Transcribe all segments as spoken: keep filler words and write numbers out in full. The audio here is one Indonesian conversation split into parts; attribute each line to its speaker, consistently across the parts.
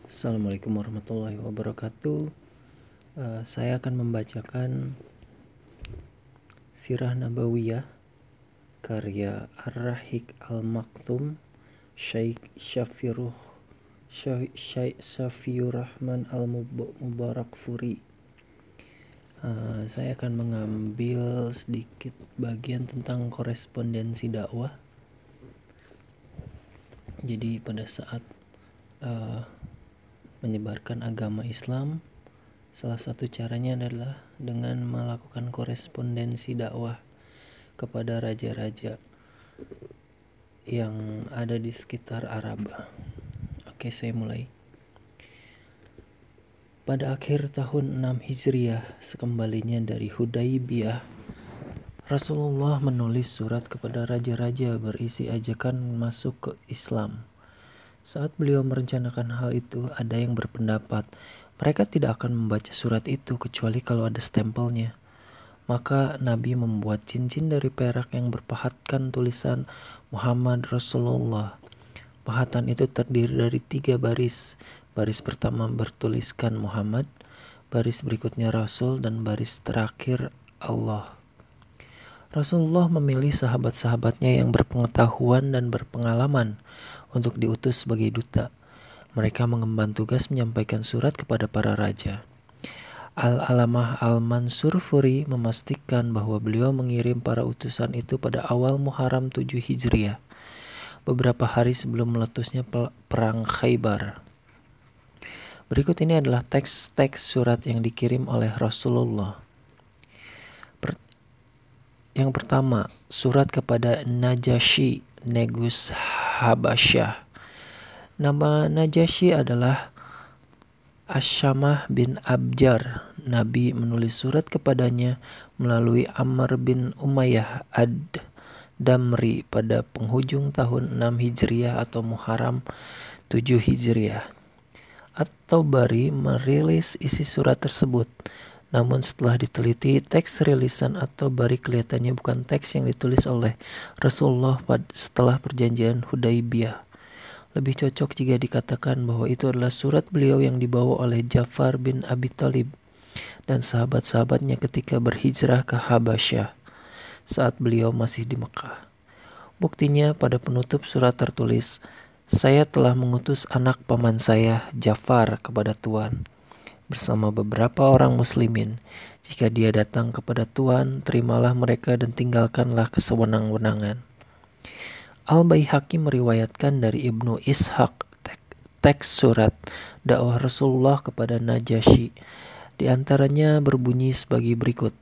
Speaker 1: Assalamualaikum warahmatullahi wabarakatuh. Uh, saya akan membacakan Sirah Nabawiyah karya Ar-Rahiq Al-Maktum Syekh Syafiruh Syekh Syafiur Rahman Al-Mubarakfuri. Uh, saya akan mengambil sedikit bagian tentang korespondensi dakwah. Jadi pada saat uh, menyebarkan agama Islam, salah satu caranya adalah dengan melakukan korespondensi dakwah kepada raja-raja yang ada di sekitar Arab. Oke, saya mulai. Pada akhir tahun enam Hijriah, sekembalinya dari Hudaybiyah, Rasulullah menulis surat kepada raja-raja berisi ajakan masuk ke Islam. Saat beliau merencanakan hal itu, ada yang berpendapat mereka tidak akan membaca surat itu kecuali kalau ada stempelnya. Maka Nabi membuat cincin dari perak yang berpahatkan tulisan Muhammad Rasulullah. Pahatan itu terdiri dari tiga baris. Baris pertama bertuliskan Muhammad, baris berikutnya Rasul, dan baris terakhir Allah. Rasulullah memilih sahabat-sahabatnya yang berpengetahuan dan berpengalaman untuk diutus sebagai duta. Mereka mengemban tugas menyampaikan surat kepada para raja. Al-Alamah Al-Mansur Furi memastikan bahwa beliau mengirim para utusan itu pada awal Muharram tujuh Hijriah, beberapa hari sebelum meletusnya perang Khaybar. Berikut ini adalah teks-teks surat yang dikirim oleh Rasulullah. Yang pertama, surat kepada Najasyi, Negus Habasyah. Nama Najasyi adalah Asyamah bin Abjar. Nabi menulis surat kepadanya melalui Amr bin Umayyah ad-Damri pada penghujung tahun enam Hijriah atau Muharram tujuh Hijriah. At-Tabari merilis isi surat tersebut. Namun setelah diteliti, teks rilisan At-Tabari kelihatannya bukan teks yang ditulis oleh Rasulullah setelah perjanjian Hudaybiyah. Lebih cocok jika dikatakan bahwa itu adalah surat beliau yang dibawa oleh Ja'far bin Abi Thalib dan sahabat-sahabatnya ketika berhijrah ke Habasyah saat beliau masih di Mekah. Buktinya pada penutup surat tertulis, "Saya telah mengutus anak paman saya, Ja'far, kepada Tuan bersama beberapa orang muslimin. Jika dia datang kepada Tuan, terimalah mereka dan tinggalkanlah kesewenang-wenangan." Al-Baihaqi meriwayatkan dari Ibnu Ishaq teks surat dakwah Rasulullah kepada Najasyi. Di antaranya berbunyi sebagai berikut.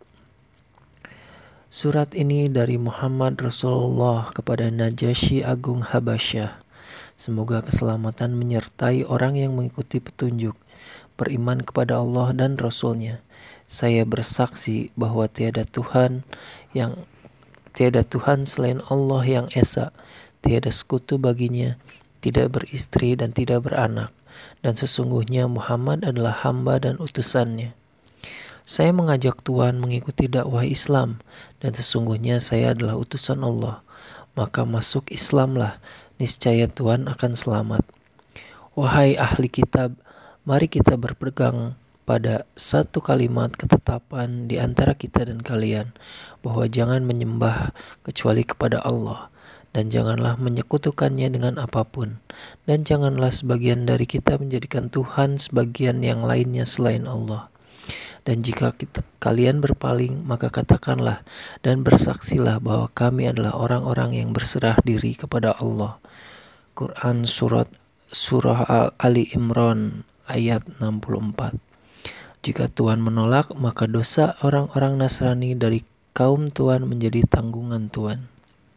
Speaker 1: Surat ini dari Muhammad Rasulullah kepada Najasyi Agung Habasyah. Semoga keselamatan menyertai orang yang mengikuti petunjuk, beriman kepada Allah dan Rasul-Nya. Saya bersaksi bahwa tiada Tuhan yang tiada Tuhan selain Allah yang Esa, tiada sekutu baginya, tidak beristri dan tidak beranak, dan sesungguhnya Muhammad adalah hamba dan utusannya. Saya mengajak Tuhan mengikuti dakwah Islam, dan sesungguhnya saya adalah utusan Allah. Maka masuk Islamlah, niscaya Tuhan akan selamat. Wahai ahli kitab, mari kita berpegang pada satu kalimat ketetapan di antara kita dan kalian, bahwa jangan menyembah kecuali kepada Allah, dan janganlah menyekutukannya dengan apapun, dan janganlah sebagian dari kita menjadikan Tuhan sebagian yang lainnya selain Allah. Dan jika kita, kalian berpaling, maka katakanlah dan bersaksilah bahwa kami adalah orang-orang yang berserah diri kepada Allah. Quran Surat Surah Ali Imran ayat enam puluh empat. Jika Tuhan menolak, maka dosa orang-orang Nasrani dari kaum Tuhan menjadi tanggungan Tuhan.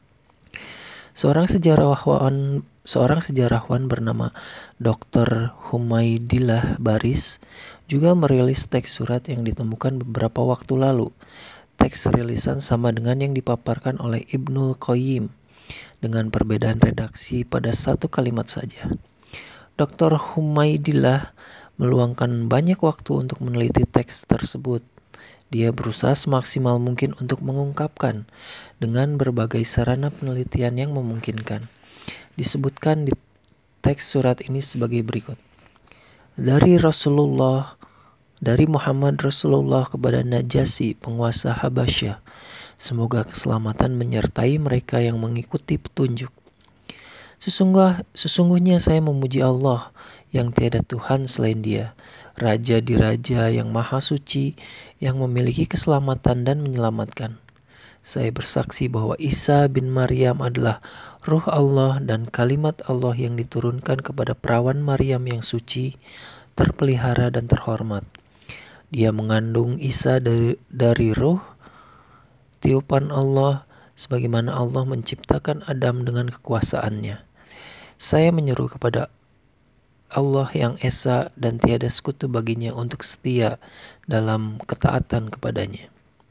Speaker 1: Seorang sejarawan, seorang sejarawan bernama doktor Humaidillah Baris juga merilis teks surat yang ditemukan beberapa waktu lalu. Teks rilisan sama dengan yang dipaparkan oleh Ibnul Qayyim dengan perbedaan redaksi pada satu kalimat saja. doktor Humaidillah meluangkan banyak waktu untuk meneliti teks tersebut. Dia berusaha semaksimal mungkin untuk mengungkapkan dengan berbagai sarana penelitian yang memungkinkan. Disebutkan di teks surat ini sebagai berikut. dari Rasulullah, dari Muhammad Rasulullah kepada Najasyi, penguasa Habasyah. Semoga keselamatan menyertai mereka yang mengikuti petunjuk. Sesungguh, sesungguhnya saya memuji Allah yang tiada Tuhan selain Dia, Raja di Raja yang Maha Suci, yang memiliki keselamatan dan menyelamatkan. Saya bersaksi bahwa Isa bin Maryam adalah Ruh Allah dan kalimat Allah yang diturunkan kepada perawan Maryam yang suci, terpelihara dan terhormat. Dia mengandung Isa dari, dari Ruh, tiupan Allah, sebagaimana Allah menciptakan Adam dengan kekuasaannya. Saya menyeru kepada Allah yang Esa dan tiada sekutu baginya untuk setia dalam ketaatan kepadanya.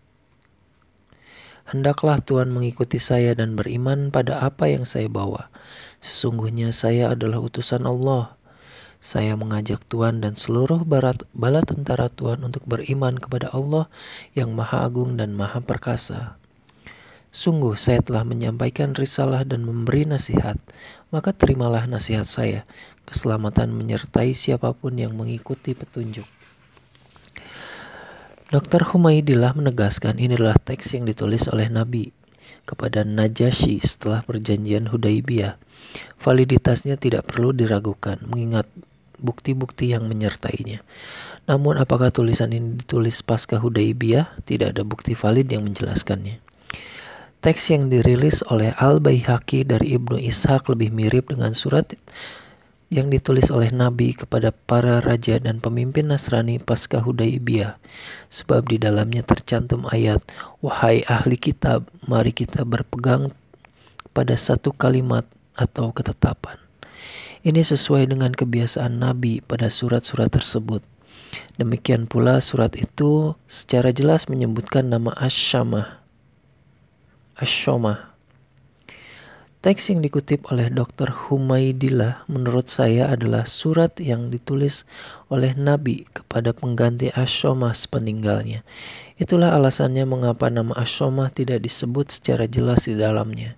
Speaker 1: Hendaklah Tuhan mengikuti saya dan beriman pada apa yang saya bawa. Sesungguhnya saya adalah utusan Allah. Saya mengajak Tuhan dan seluruh barat, bala tentara Tuhan untuk beriman kepada Allah yang Maha Agung dan Maha Perkasa. Sungguh saya telah menyampaikan risalah dan memberi nasihat, maka terimalah nasihat saya. Keselamatan menyertai siapapun yang mengikuti petunjuk. dokter Humaidillah menegaskan ini adalah teks yang ditulis oleh Nabi kepada Najasyi setelah perjanjian Hudaibiyah. Validitasnya tidak perlu diragukan mengingat bukti-bukti yang menyertainya. Namun apakah tulisan ini ditulis pasca Hudaibiyah? Tidak ada bukti valid yang menjelaskannya. Teks yang dirilis oleh Al-Baihaqi dari Ibnu Ishaq lebih mirip dengan surat yang ditulis oleh Nabi kepada para raja dan pemimpin Nasrani pasca Hudaibiyah, sebab di dalamnya tercantum ayat, "Wahai ahli kitab, mari kita berpegang pada satu kalimat atau ketetapan." Ini sesuai dengan kebiasaan Nabi pada surat-surat tersebut. Demikian pula surat itu secara jelas menyebutkan nama Asy-Syamah. Asy-Syamah. Teks yang dikutip oleh dokter Humaidillah menurut saya adalah surat yang ditulis oleh Nabi kepada pengganti Asy-Syamah sepeninggalnya. Itulah alasannya mengapa nama Asy-Syamah tidak disebut secara jelas di dalamnya.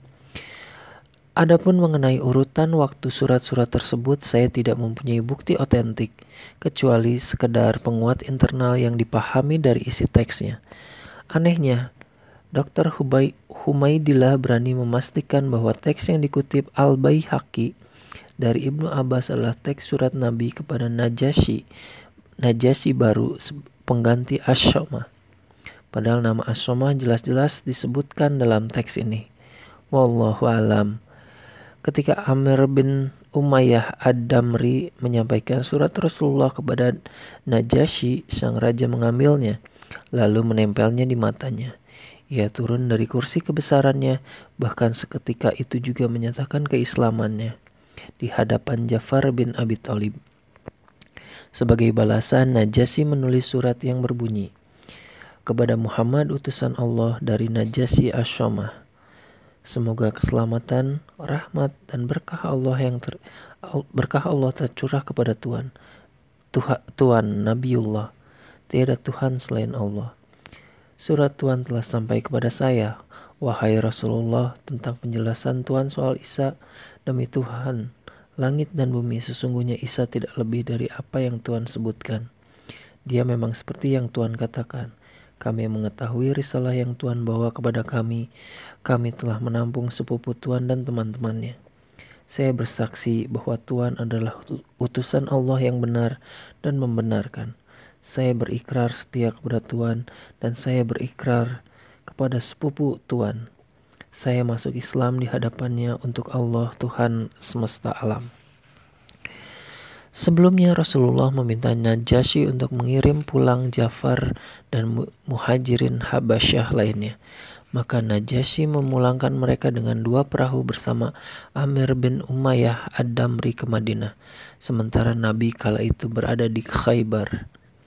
Speaker 1: Adapun mengenai urutan waktu surat-surat tersebut, saya tidak mempunyai bukti otentik, kecuali sekedar penguat internal yang dipahami dari isi teksnya. Anehnya, dokter Humaidillah berani memastikan bahwa teks yang dikutip Al-Baihaqi dari Ibnu Abbas adalah teks surat Nabi kepada Najasyi, Najasyi baru pengganti Asy-Syamah. Padahal nama Asy-Syamah jelas-jelas disebutkan dalam teks ini. Wallahu alam. Ketika Amir bin Umayyah Ad-Damri menyampaikan surat Rasulullah kepada Najasyi, sang raja mengambilnya, lalu menempelnya di matanya. Ia turun dari kursi kebesarannya, bahkan seketika itu juga menyatakan keislamannya di hadapan Ja'far bin Abi Thalib. Sebagai balasan, Najasyi menulis surat yang berbunyi, "Kepada Muhammad utusan Allah dari Najasyi Asy-Syamah. Semoga keselamatan, rahmat dan berkah Allah yang ter, berkah Allah tercurah kepada Tuhan, Tuhan, Tuhan Nabiullah. Tiada Tuhan selain Allah. Surat Tuhan telah sampai kepada saya, wahai Rasulullah, tentang penjelasan Tuhan soal Isa. Demi Tuhan, langit dan bumi, sesungguhnya Isa tidak lebih dari apa yang Tuhan sebutkan. Dia memang seperti yang Tuhan katakan. Kami mengetahui risalah yang Tuhan bawa kepada kami. Kami telah menampung sepupu Tuhan dan teman-temannya. Saya bersaksi bahwa Tuhan adalah utusan Allah yang benar dan membenarkan. Saya berikrar setia kepada Tuhan dan saya berikrar kepada sepupu Tuhan. Saya masuk Islam di hadapannya untuk Allah Tuhan semesta alam." Sebelumnya Rasulullah meminta Najasyi untuk mengirim pulang Ja'far dan muhajirin Habasyah lainnya. Maka Najasyi memulangkan mereka dengan dua perahu bersama Amir bin Umayyah Ad-Damri ke Madinah. Sementara Nabi kala itu berada di Khaybar.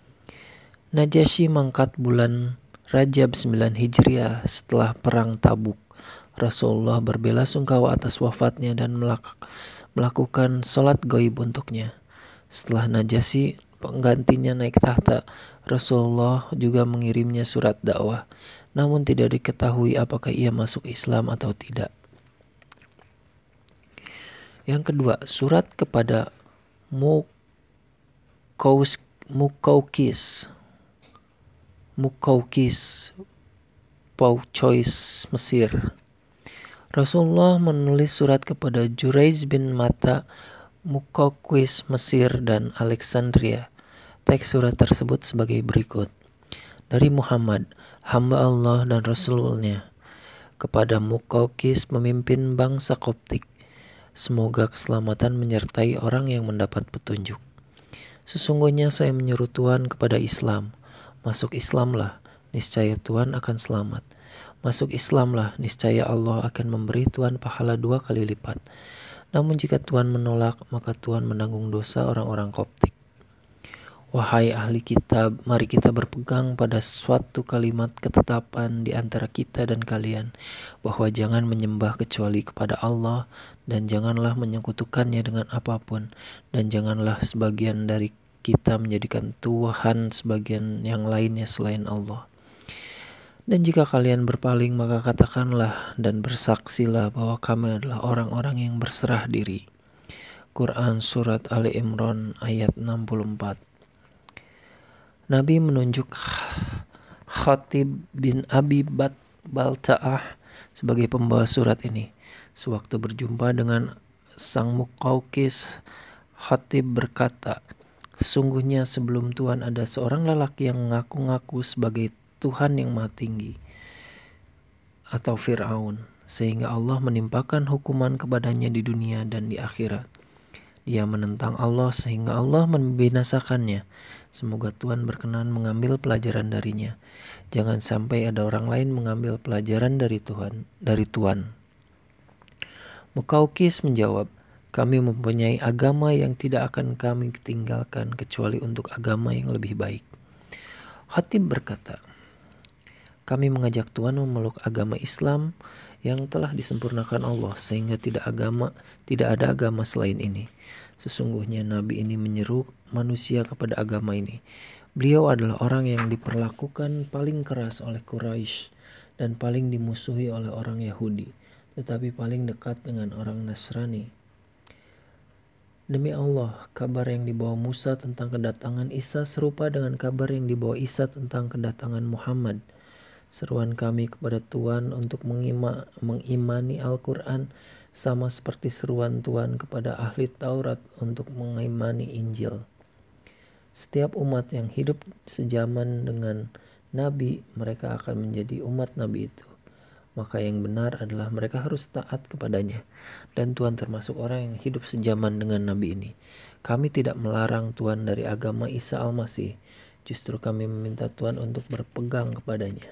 Speaker 1: Najasyi mangkat bulan Rajab sembilan Hijriah setelah perang Tabuk. Rasulullah berbela-sungkawa atas wafatnya dan melak- melakukan sholat gaib untuknya. Setelah Najasyi penggantinya naik tahta, Rasulullah juga mengirimnya surat dakwah, namun tidak diketahui apakah ia masuk Islam atau tidak. Yang kedua, surat kepada Mukaus, Mukaukis, Mukaukis Paucois Mesir. Rasulullah menulis surat kepada Juraiz bin Mata, Mukaukis Mesir dan Alexandria. Teks surat tersebut sebagai berikut. Dari Muhammad, hamba Allah dan Rasulnya, kepada Mukaukis pemimpin bangsa Koptik. Semoga keselamatan menyertai orang yang mendapat petunjuk. Sesungguhnya saya menyeru Tuhan kepada Islam. Masuk Islamlah, niscaya Tuhan akan selamat. Masuk Islamlah, niscaya Allah akan memberi Tuhan pahala dua kali lipat. Namun jika Tuhan menolak, maka Tuhan menanggung dosa orang-orang Koptik. Wahai ahli kitab, mari kita berpegang pada suatu kalimat ketetapan di antara kita dan kalian, bahwa jangan menyembah kecuali kepada Allah, dan janganlah menyekutukannya dengan apapun, dan janganlah sebagian dari kita menjadikan Tuhan sebagian yang lainnya selain Allah. Dan jika kalian berpaling, maka katakanlah dan bersaksilah bahwa kami adalah orang-orang yang berserah diri. Quran Surat Ali Imran ayat enam puluh empat. Nabi menunjuk Khatib bin Abi Balta'ah sebagai pembawa surat ini. Sewaktu berjumpa dengan sang Mukaukis, Khatib berkata, sesungguhnya sebelum Tuhan ada seorang lelaki yang mengaku-ngaku sebagai Tuhan yang Maha Tinggi, atau Fir'aun, sehingga Allah menimpakan hukuman kepadanya di dunia dan di akhirat. Dia menentang Allah sehingga Allah membinasakannya. Semoga Tuhan berkenan mengambil pelajaran darinya. Jangan sampai ada orang lain mengambil pelajaran dari Tuhan, dari Tuhan. Mukaukis menjawab, kami mempunyai agama yang tidak akan kami tinggalkan kecuali untuk agama yang lebih baik. Khatib berkata, kami mengajak Tuhan memeluk agama Islam yang telah disempurnakan Allah sehingga tidak agama tidak ada agama selain ini. Sesungguhnya Nabi ini menyeru manusia kepada agama ini. Beliau adalah orang yang diperlakukan paling keras oleh Quraisy dan paling dimusuhi oleh orang Yahudi, tetapi paling dekat dengan orang Nasrani. Demi Allah, kabar yang dibawa Musa tentang kedatangan Isa serupa dengan kabar yang dibawa Isa tentang kedatangan Muhammad. Seruan kami kepada Tuhan untuk mengima, mengimani Al-Quran sama seperti seruan Tuhan kepada ahli Taurat untuk mengimani Injil. Setiap umat yang hidup sejaman dengan Nabi, mereka akan menjadi umat Nabi itu. Maka yang benar adalah mereka harus taat kepadanya. Dan Tuhan termasuk orang yang hidup sejaman dengan Nabi ini. Kami tidak melarang Tuhan dari agama Isa Al-Masih. Justru kami meminta Tuhan untuk berpegang kepadanya.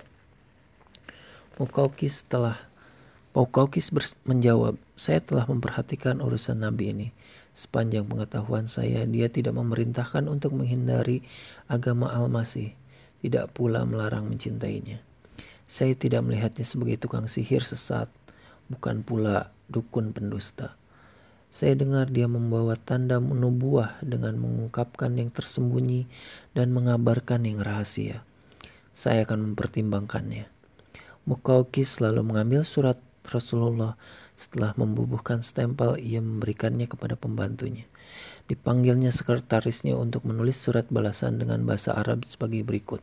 Speaker 1: Mukaukis telah Mukaukis menjawab, saya telah memperhatikan urusan Nabi ini. Sepanjang pengetahuan saya, dia tidak memerintahkan untuk menghindari agama Al-Masih, tidak pula melarang mencintainya. Saya tidak melihatnya sebagai tukang sihir sesat, bukan pula dukun pendusta. Saya dengar dia membawa tanda nubuah dengan mengungkapkan yang tersembunyi dan mengabarkan yang rahasia. Saya akan mempertimbangkannya. Mukaukis lalu mengambil surat Rasulullah. Setelah membubuhkan stempel, ia memberikannya kepada pembantunya. Dipanggilnya sekretarisnya untuk menulis surat balasan dengan bahasa Arab sebagai berikut.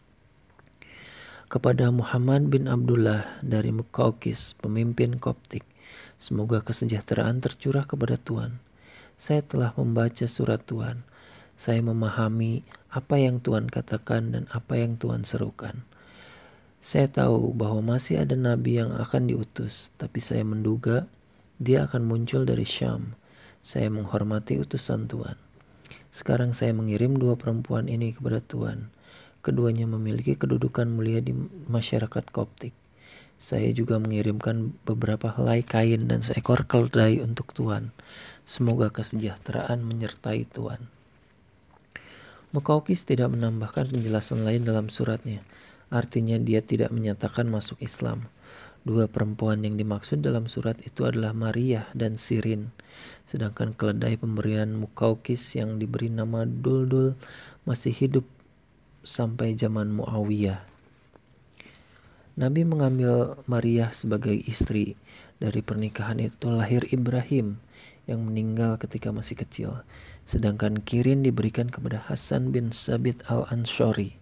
Speaker 1: Kepada Muhammad bin Abdullah dari Mukaukis, pemimpin Koptik, semoga kesejahteraan tercurah kepada Tuhan. Saya telah membaca surat Tuhan. Saya memahami apa yang Tuhan katakan dan apa yang Tuhan serukan. Saya tahu bahwa masih ada nabi yang akan diutus, tapi saya menduga dia akan muncul dari Syam. Saya menghormati utusan Tuhan. Sekarang saya mengirim dua perempuan ini kepada Tuhan. Keduanya memiliki kedudukan mulia di masyarakat Koptik. Saya juga mengirimkan beberapa helai kain dan seekor keledai untuk Tuhan. Semoga kesejahteraan menyertai Tuhan. Mukaukis tidak menambahkan penjelasan lain dalam suratnya. Artinya dia tidak menyatakan masuk Islam. Dua perempuan yang dimaksud dalam surat itu adalah Maria dan Sirin. Sedangkan keledai pemberian Mukaukis yang diberi nama Duldul masih hidup sampai zaman Muawiyah. Nabi mengambil Maria sebagai istri. Dari pernikahan itu lahir Ibrahim. yang meninggal ketika masih kecil. Sedangkan Qirin diberikan kepada Hasan bin Sabit al-Anshari.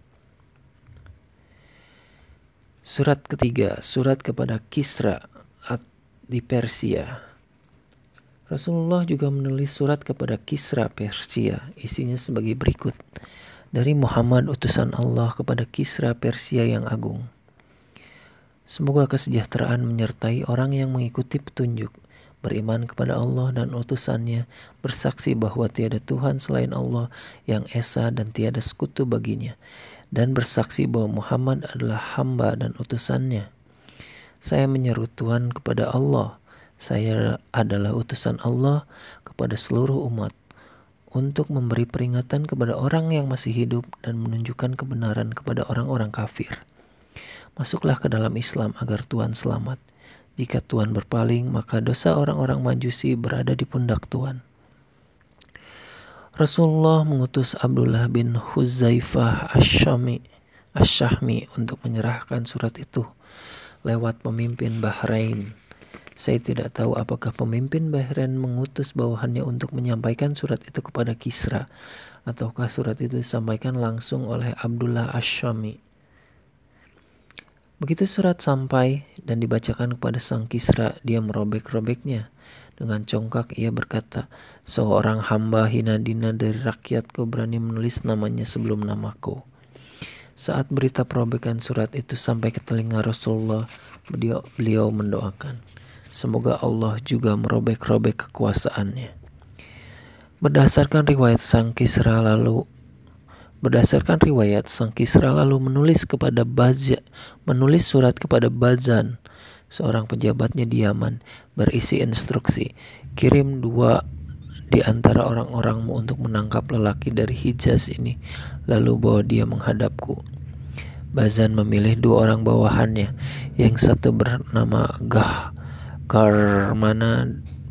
Speaker 1: Surat ketiga, surat kepada Kisra di Persia. Rasulullah juga menulis surat kepada Kisra Persia. Isinya sebagai berikut. Dari Muhammad utusan Allah kepada Kisra Persia yang agung. Semoga kesejahteraan menyertai orang yang mengikuti petunjuk, beriman kepada Allah dan utusannya, bersaksi bahwa tiada Tuhan selain Allah yang esa dan tiada sekutu baginya, dan bersaksi bahwa Muhammad adalah hamba dan utusannya. Saya menyeru Tuhan kepada Allah. Saya adalah utusan Allah kepada seluruh umat untuk memberi peringatan kepada orang yang masih hidup dan menunjukkan kebenaran kepada orang-orang kafir. Masuklah ke dalam Islam agar Tuhan selamat. Jika Tuhan berpaling, maka dosa orang-orang Majusi berada di pundak Tuhan. Rasulullah mengutus Abdullah bin Huzaifah Asyami, Asyahmi untuk menyerahkan surat itu lewat pemimpin Bahrain. Saya tidak tahu apakah pemimpin Bahrain mengutus bawahannya untuk menyampaikan surat itu kepada Kisra, ataukah surat itu disampaikan langsung oleh Abdullah Asyami. Begitu surat sampai dan dibacakan kepada sang Kisra, dia merobek-robeknya. Dengan congkak ia berkata, seorang hamba hina-dina dari rakyatku berani menulis namanya sebelum namaku. Saat berita perobekan surat itu sampai ke telinga Rasulullah, beliau, beliau mendoakan, semoga Allah juga merobek-robek kekuasaannya. Berdasarkan riwayat sang Kisra lalu Berdasarkan riwayat, sang Kisra lalu menulis kepada Baza, menulis surat kepada Bazan, seorang pejabatnya di Yaman, berisi instruksi, kirim dua di antara orang-orangmu untuk menangkap lelaki dari Hijaz ini, lalu bawa dia menghadapku. Bazan memilih dua orang bawahannya, yang satu bernama Gah Garmana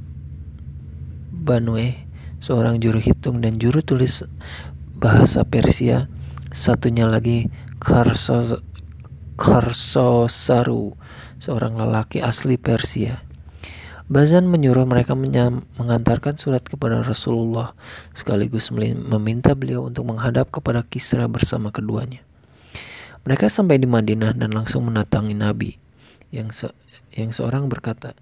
Speaker 1: Banue, seorang juru hitung dan juru tulis bahasa Persia, satunya lagi Karso, Karsosaru, seorang lelaki asli Persia. Bazan menyuruh mereka menyam, mengantarkan surat kepada Rasulullah, sekaligus meminta beliau untuk menghadap kepada Kisra bersama keduanya. Mereka sampai di Madinah dan langsung mendatangi Nabi, yang, se, yang seorang berkata,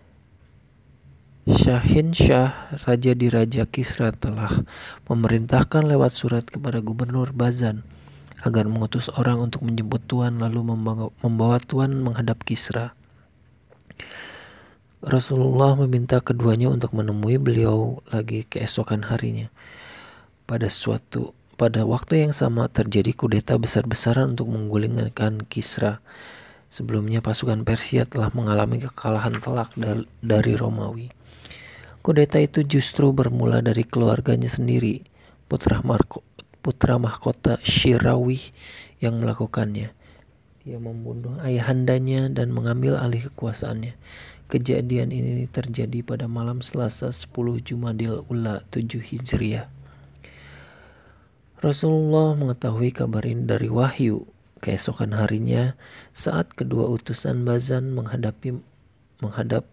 Speaker 1: Syahin Syah, raja di Raja Kisra telah memerintahkan lewat surat kepada Gubernur Bazan agar mengutus orang untuk menjemput Tuan lalu membawa, membawa Tuan menghadap Kisra. Rasulullah meminta keduanya untuk menemui beliau lagi keesokan harinya. Pada suatu pada waktu yang sama terjadi kudeta besar-besaran untuk menggulingkan Kisra. Sebelumnya pasukan Persia telah mengalami kekalahan telak dari Romawi. Kudeta itu justru bermula dari keluarganya sendiri, putra, Marko, putra mahkota Syirawi yang melakukannya. Dia membunuh ayahandanya dan mengambil alih kekuasaannya. Kejadian ini terjadi pada malam Selasa sepuluh Jumadil Ula tujuh Hijriah. Rasulullah mengetahui kabar ini dari wahyu. Keesokan harinya, saat kedua utusan Bazan menghadapi menghadap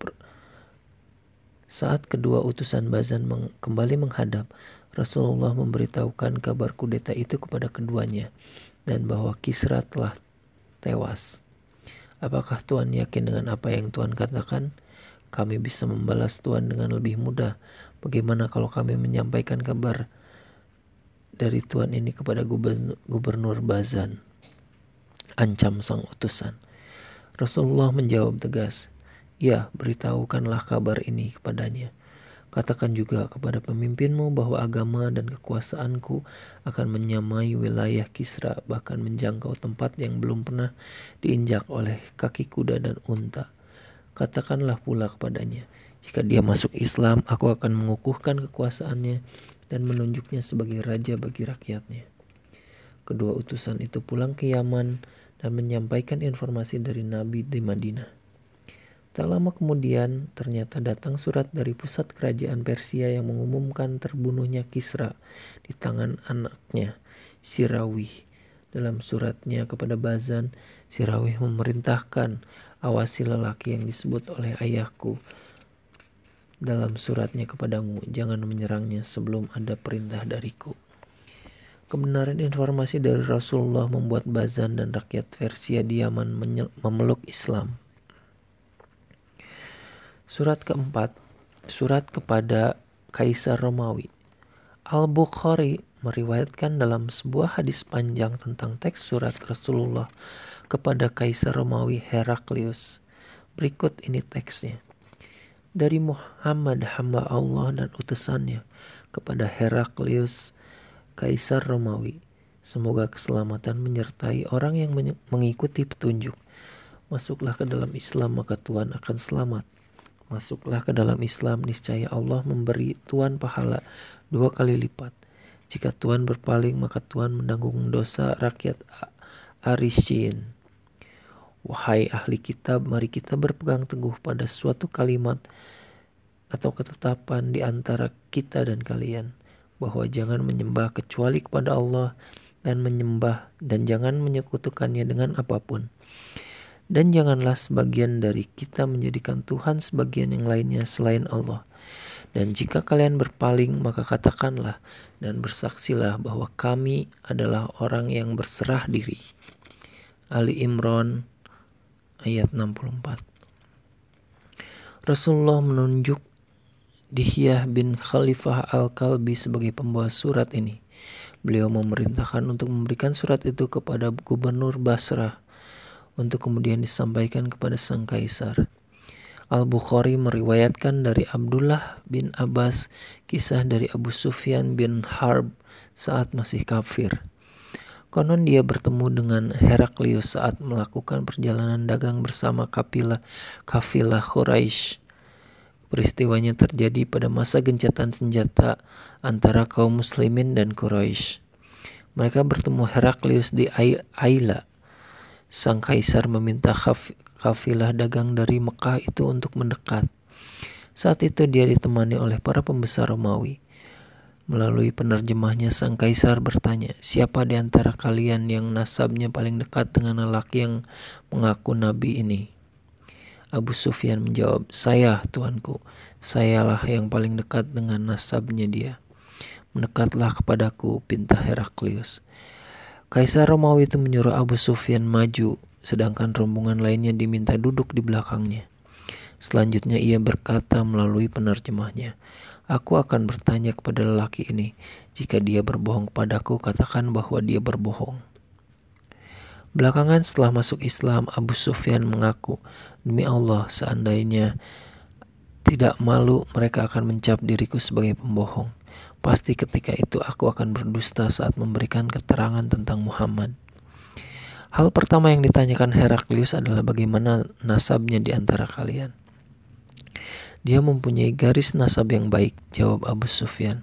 Speaker 1: Saat kedua utusan Bazan meng, kembali menghadap, Rasulullah memberitahukan kabar kudeta itu kepada keduanya dan bahwa Kisra telah tewas. Apakah Tuhan yakin dengan apa yang Tuhan katakan? Kami bisa membalas Tuhan dengan lebih mudah. Bagaimana kalau kami menyampaikan kabar dari Tuhan ini kepada gubernur, gubernur Bazan? Ancam sang utusan. Rasulullah menjawab tegas, ya, beritahukanlah kabar ini kepadanya. Katakan juga kepada pemimpinmu bahwa agama dan kekuasaanku akan menyamai wilayah Kisra, bahkan menjangkau tempat yang belum pernah diinjak oleh kaki kuda dan unta. Katakanlah pula kepadanya, jika dia masuk Islam, aku akan mengukuhkan kekuasaannya dan menunjuknya sebagai raja bagi rakyatnya. Kedua utusan itu pulang ke Yaman dan menyampaikan informasi dari Nabi di Madinah. Tak lama kemudian, ternyata datang surat dari pusat kerajaan Persia yang mengumumkan terbunuhnya Kisra di tangan anaknya, Sirawih. Dalam suratnya kepada Bazan, Sirawih memerintahkan, awasi lelaki yang disebut oleh ayahku, dalam suratnya kepadamu, jangan menyerangnya sebelum ada perintah dariku. Kebenaran informasi dari Rasulullah membuat Bazan dan rakyat Persia di Yaman memeluk Islam. Surat keempat, surat kepada Kaisar Romawi. Al-Bukhari meriwayatkan dalam sebuah hadis panjang tentang teks surat Rasulullah kepada Kaisar Romawi Heraklius. Berikut ini teksnya. Dari Muhammad hamba Allah dan utusannya kepada Heraklius, Kaisar Romawi. Semoga keselamatan menyertai orang yang mengikuti petunjuk. Masuklah ke dalam Islam maka Tuhan akan selamat. Masuklah ke dalam Islam, niscaya Allah memberi Tuhan pahala dua kali lipat. Jika Tuhan berpaling maka Tuhan menanggung dosa rakyat Arisyin. Wahai ahli kitab, mari kita berpegang teguh pada suatu kalimat atau ketetapan di antara kita dan kalian, bahwa jangan menyembah kecuali kepada Allah dan menyembah dan jangan menyekutukannya dengan apapun. Dan janganlah sebagian dari kita menjadikan Tuhan sebagian yang lainnya selain Allah. Dan jika kalian berpaling maka katakanlah dan bersaksilah bahwa kami adalah orang yang berserah diri. Ali Imran ayat enam puluh empat. Rasulullah menunjuk Dihyah bin Khalifah Al-Kalbi sebagai pembawa surat ini. Beliau memerintahkan untuk memberikan surat itu kepada gubernur Basrah untuk kemudian disampaikan kepada sang kaisar. Al-Bukhari meriwayatkan dari Abdullah bin Abbas kisah dari Abu Sufyan bin Harb saat masih kafir. Konon dia bertemu dengan Heraklius saat melakukan perjalanan dagang bersama kafilah kafilah Quraisy. Peristiwanya terjadi pada masa gencatan senjata antara kaum muslimin dan Quraisy. Mereka bertemu Heraklius di Aila. Sang kaisar meminta kaf, kafilah dagang dari Mekah itu untuk mendekat. Saat itu dia ditemani oleh para pembesar Romawi. Melalui penerjemahnya sang kaisar bertanya, siapa di antara kalian yang nasabnya paling dekat dengan lelaki yang mengaku nabi ini? Abu Sufyan menjawab, saya tuanku, sayalah yang paling dekat dengan nasabnya dia. Mendekatlah kepadaku, pinta Heraklius. Kaisar Romawi itu menyuruh Abu Sufyan maju, sedangkan rombongan lainnya diminta duduk di belakangnya. Selanjutnya ia berkata melalui penerjemahnya, aku akan bertanya kepada lelaki ini. Jika dia berbohong kepadaku, katakan bahwa dia berbohong. Belakangan setelah masuk Islam, Abu Sufyan mengaku, demi Allah, seandainya tidak malu, mereka akan mencap diriku sebagai pembohong. Pasti ketika itu aku akan berdusta saat memberikan keterangan tentang Muhammad. Hal pertama yang ditanyakan Heraklius adalah bagaimana nasabnya di antara kalian. Dia mempunyai garis nasab yang baik, jawab Abu Sufyan.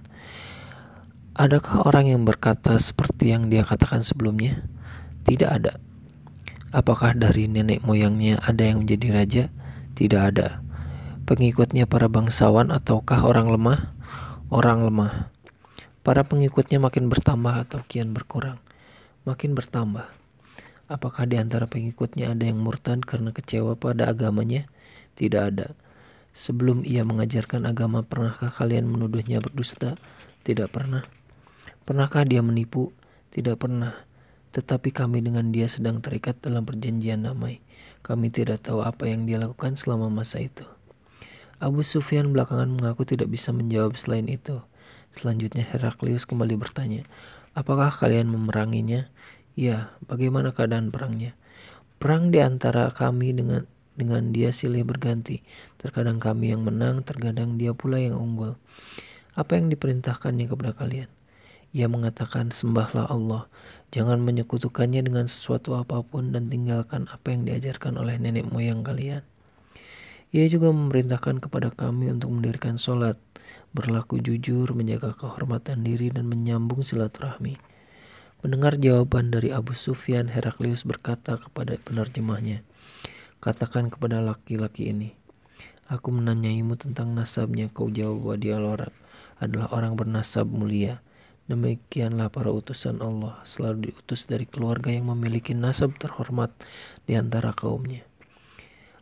Speaker 1: Adakah orang yang berkata seperti yang dia katakan sebelumnya? Tidak ada. Apakah dari nenek moyangnya ada yang menjadi raja? Tidak ada. Pengikutnya para bangsawan ataukah orang lemah? Orang lemah. Para pengikutnya makin bertambah atau kian berkurang? Makin bertambah. Apakah di antara pengikutnya ada yang murtad karena kecewa pada agamanya? Tidak ada. Sebelum ia mengajarkan agama, pernahkah kalian menuduhnya berdusta? Tidak pernah. Pernahkah dia menipu? Tidak pernah. Tetapi kami dengan dia sedang terikat dalam perjanjian damai. Kami tidak tahu apa yang dia lakukan selama masa itu. Abu Sufyan belakangan mengaku tidak bisa menjawab selain itu. Selanjutnya Heraklius kembali bertanya, apakah kalian memeranginya? Ya, bagaimana keadaan perangnya? Perang di antara kami dengan dengan dia silih berganti. Terkadang kami yang menang, terkadang dia pula yang unggul. Apa yang diperintahkannya kepada kalian? Ia mengatakan, sembahlah Allah, jangan menyekutukannya dengan sesuatu apapun dan tinggalkan apa yang diajarkan oleh nenek moyang kalian. Ia juga memerintahkan kepada kami untuk mendirikan sholat, berlaku jujur, menjaga kehormatan diri, dan menyambung silaturahmi. Mendengar jawaban dari Abu Sufyan, Heraklius berkata kepada penerjemahnya, katakan kepada laki-laki ini, aku menanyaimu tentang nasabnya, kau jawab bahwa dia adalah orang bernasab mulia. Demikianlah para utusan Allah, selalu diutus dari keluarga yang memiliki nasab terhormat di antara kaumnya.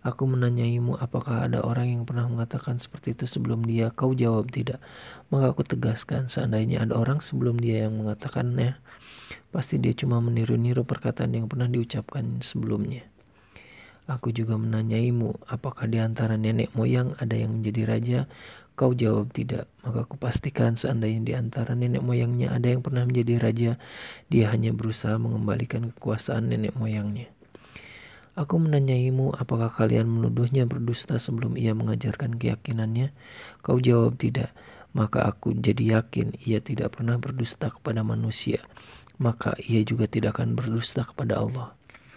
Speaker 1: Aku menanyaimu, apakah ada orang yang pernah mengatakan seperti itu sebelum dia? Kau jawab tidak. Maka aku tegaskan, seandainya ada orang sebelum dia yang mengatakannya, pasti dia cuma meniru-niru perkataan yang pernah diucapkan sebelumnya. Aku juga menanyaimu, apakah di antara nenek moyang ada yang menjadi raja? Kau jawab tidak. Maka aku pastikan seandainya di antara nenek moyangnya ada yang pernah menjadi raja, dia hanya berusaha mengembalikan kekuasaan nenek moyangnya. Aku menanyaimu, apakah kalian menuduhnya berdusta sebelum ia mengajarkan keyakinannya? Kau jawab tidak. Maka aku jadi yakin ia tidak pernah berdusta kepada manusia. Maka ia juga tidak akan berdusta kepada Allah.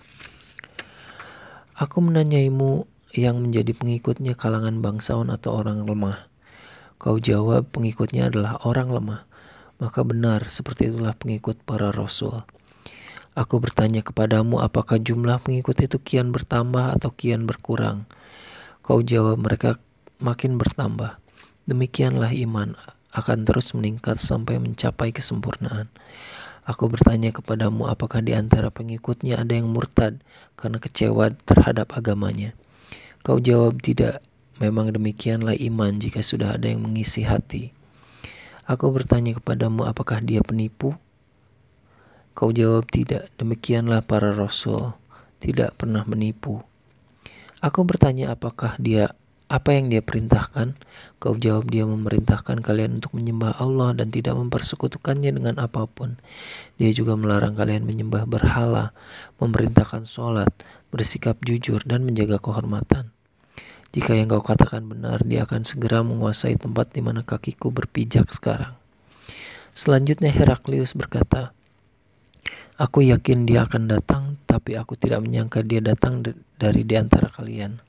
Speaker 1: Aku menanyaimu, yang menjadi pengikutnya kalangan bangsawan atau orang lemah. Kau jawab pengikutnya adalah orang lemah. Maka benar, seperti itulah pengikut para rasul. Aku bertanya kepadamu, apakah jumlah pengikut itu kian bertambah atau kian berkurang? Kau jawab, mereka makin bertambah. Demikianlah iman akan terus meningkat sampai mencapai kesempurnaan. Aku bertanya kepadamu, apakah di antara pengikutnya ada yang murtad karena kecewa terhadap agamanya? Kau jawab tidak. Memang demikianlah iman jika sudah ada yang mengisi hati. Aku bertanya kepadamu, apakah dia penipu? Kau jawab tidak. Demikianlah para rasul, tidak pernah menipu. Aku bertanya, apakah dia apa yang dia perintahkan? Kau jawab, dia memerintahkan kalian untuk menyembah Allah dan tidak mempersekutukannya dengan apapun. Dia juga melarang kalian menyembah berhala, memerintahkan sholat, bersikap jujur, dan menjaga kehormatan. Jika yang kau katakan benar, dia akan segera menguasai tempat di mana kakiku berpijak sekarang. Selanjutnya Heraklius berkata, aku yakin dia akan datang, tapi aku tidak menyangka dia datang dari di antara kalian.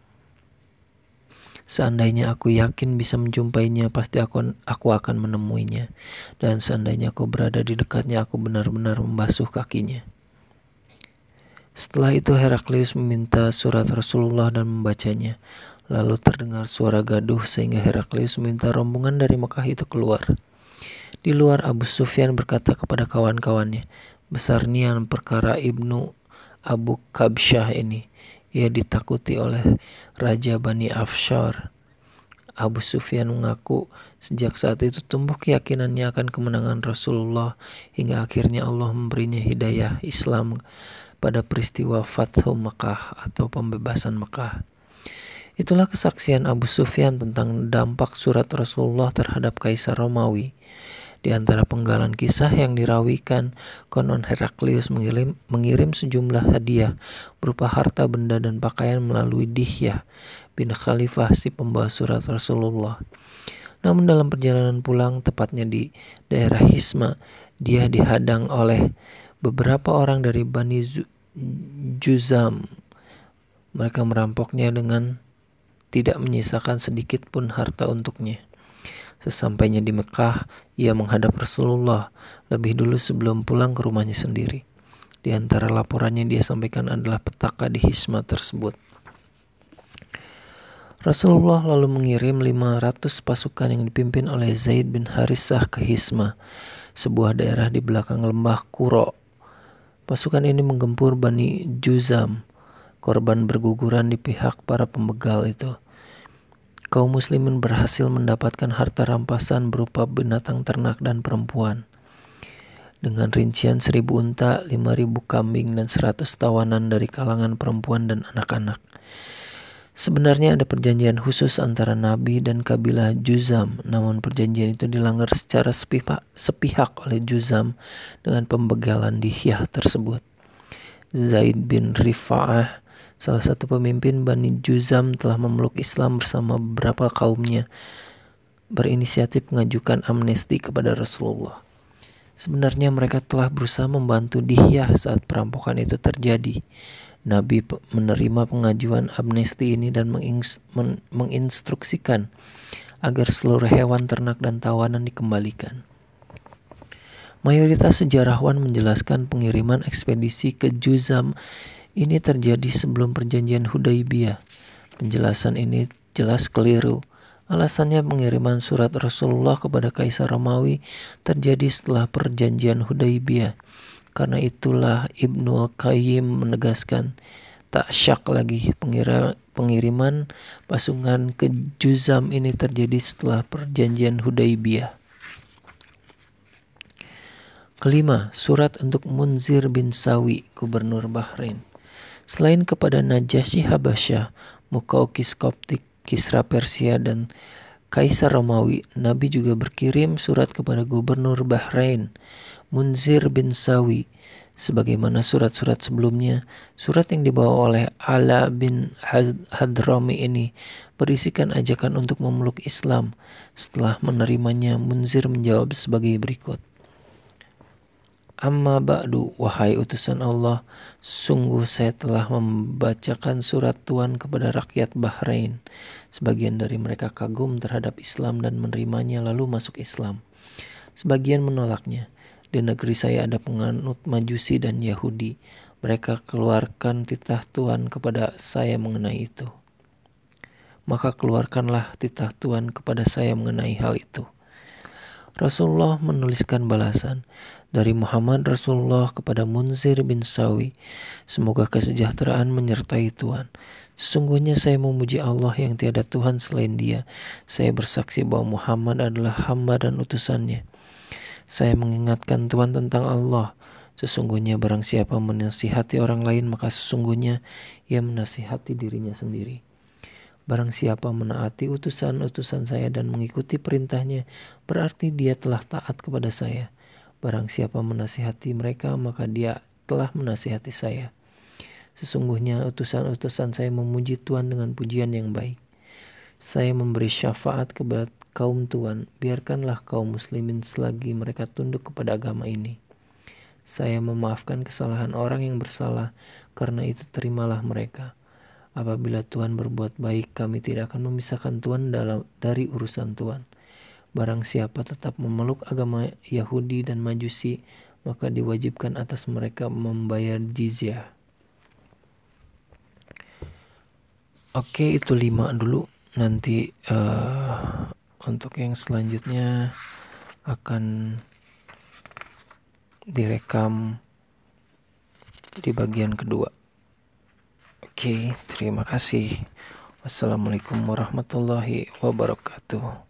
Speaker 1: Seandainya aku yakin bisa menjumpainya, pasti aku, aku akan menemuinya. Dan seandainya aku berada di dekatnya, aku benar-benar membasuh kakinya. Setelah itu Heraklius meminta surat Rasulullah dan membacanya. Lalu terdengar suara gaduh sehingga Heraklius meminta rombongan dari Mekah itu keluar. Di luar, Abu Sufyan berkata kepada kawan-kawannya, besar nian perkara Ibnu Abu Kabsyah ini. Ia ditakuti oleh Raja Bani Afshar. Abu Sufyan mengaku sejak saat itu tumbuh keyakinannya akan kemenangan Rasulullah hingga akhirnya Allah memberinya hidayah Islam pada peristiwa Fathu Mekah atau pembebasan Mekah. Itulah kesaksian Abu Sufyan tentang dampak surat Rasulullah terhadap Kaisar Romawi. Di antara penggalan kisah yang dirawikan, konon Heraklius mengirim, mengirim sejumlah hadiah berupa harta benda dan pakaian melalui Dihyah bin Khalifah si pembawa surat Rasulullah. Namun dalam perjalanan pulang, tepatnya di daerah Hisma, dia dihadang oleh beberapa orang dari Bani Juzam. Mereka merampoknya dengan tidak menyisakan sedikit pun harta untuknya. Sesampainya di Mekah, ia menghadap Rasulullah lebih dulu sebelum pulang ke rumahnya sendiri. Di antara laporannya dia sampaikan adalah petaka di Hisma tersebut. Rasulullah lalu mengirim lima ratus pasukan yang dipimpin oleh Zaid bin Harisah ke Hisma, sebuah daerah di belakang lembah Qura. Pasukan ini menggempur Bani Juzam. Korban berguguran di pihak para pembegal itu. Kaum muslimin berhasil mendapatkan harta rampasan berupa binatang ternak dan perempuan. Dengan rincian seribu unta, lima ribu kambing, dan seratus tawanan dari kalangan perempuan dan anak-anak. Sebenarnya ada perjanjian khusus antara Nabi dan kabilah Juzam, namun perjanjian itu dilanggar secara sepihak, sepihak oleh Juzam dengan pembegalan Dihyah tersebut. Zaid bin Rifa'ah, salah satu pemimpin Bani Juzam, telah memeluk Islam bersama beberapa kaumnya, berinisiatif mengajukan amnesti kepada Rasulullah. Sebenarnya mereka telah berusaha membantu Dihyah saat perampokan itu terjadi. Nabi menerima pengajuan amnesti ini dan menginstruksikan agar seluruh hewan ternak dan tawanan dikembalikan. Mayoritas sejarawan menjelaskan pengiriman ekspedisi ke Juzam ini terjadi sebelum perjanjian Hudaibiyah. Penjelasan ini jelas keliru. Alasannya pengiriman surat Rasulullah kepada Kaisar Romawi terjadi setelah perjanjian Hudaibiyah. Karena itulah Ibnul Qayyim menegaskan, Tak syak lagi, pengira, pengiriman pasukan ke Juzam ini terjadi setelah perjanjian Hudaibiyah. Kelima, surat untuk Munzir bin Sawi, gubernur Bahrain. Selain kepada Najasyi Habasyah, Muqawqis Koptik, Kisra Persia, dan Kaisar Romawi, Nabi juga berkirim surat kepada gubernur Bahrain, Munzir bin Sawi. Sebagaimana surat-surat sebelumnya, surat yang dibawa oleh Ala bin Hadrami ini berisikan ajakan untuk memeluk Islam. Setelah menerimanya, Munzir menjawab sebagai berikut. Amma ba'du, wahai utusan Allah, sungguh saya telah membacakan surat Tuhan kepada rakyat Bahrain. Sebagian dari mereka kagum terhadap Islam dan menerimanya lalu masuk Islam. Sebagian menolaknya. Di negeri saya ada penganut Majusi dan Yahudi. Mereka keluarkan titah Tuhan kepada saya mengenai itu. Maka keluarkanlah titah Tuhan kepada saya mengenai hal itu. Rasulullah menuliskan balasan dari Muhammad Rasulullah kepada Munzir bin Sawi. Semoga kesejahteraan menyertai Tuhan. Sesungguhnya saya memuji Allah yang tiada Tuhan selain Dia. Saya bersaksi bahwa Muhammad adalah hamba dan utusannya. Saya mengingatkan Tuhan tentang Allah. Sesungguhnya barang siapa menasihati orang lain, maka sesungguhnya ia menasihati dirinya sendiri. Barang siapa menaati utusan-utusan saya dan mengikuti perintahnya, berarti dia telah taat kepada saya. Barang siapa menasihati mereka, maka dia telah menasihati saya. Sesungguhnya utusan-utusan saya memuji Tuhan dengan pujian yang baik. Saya memberi syafaat kepada kaum Tuhan, biarkanlah kaum muslimin selagi mereka tunduk kepada agama ini. Saya memaafkan kesalahan orang yang bersalah, karena itu terimalah mereka. Apabila Tuhan berbuat baik, kami tidak akan memisahkan Tuhan dalam, dari urusan Tuhan. Barang siapa tetap memeluk agama Yahudi dan Majusi, maka diwajibkan atas mereka membayar jizyah. Oke, itu lima dulu. Nanti uh, untuk yang selanjutnya akan direkam di bagian kedua. Oke, terima kasih. Wassalamualaikum warahmatullahi wabarakatuh.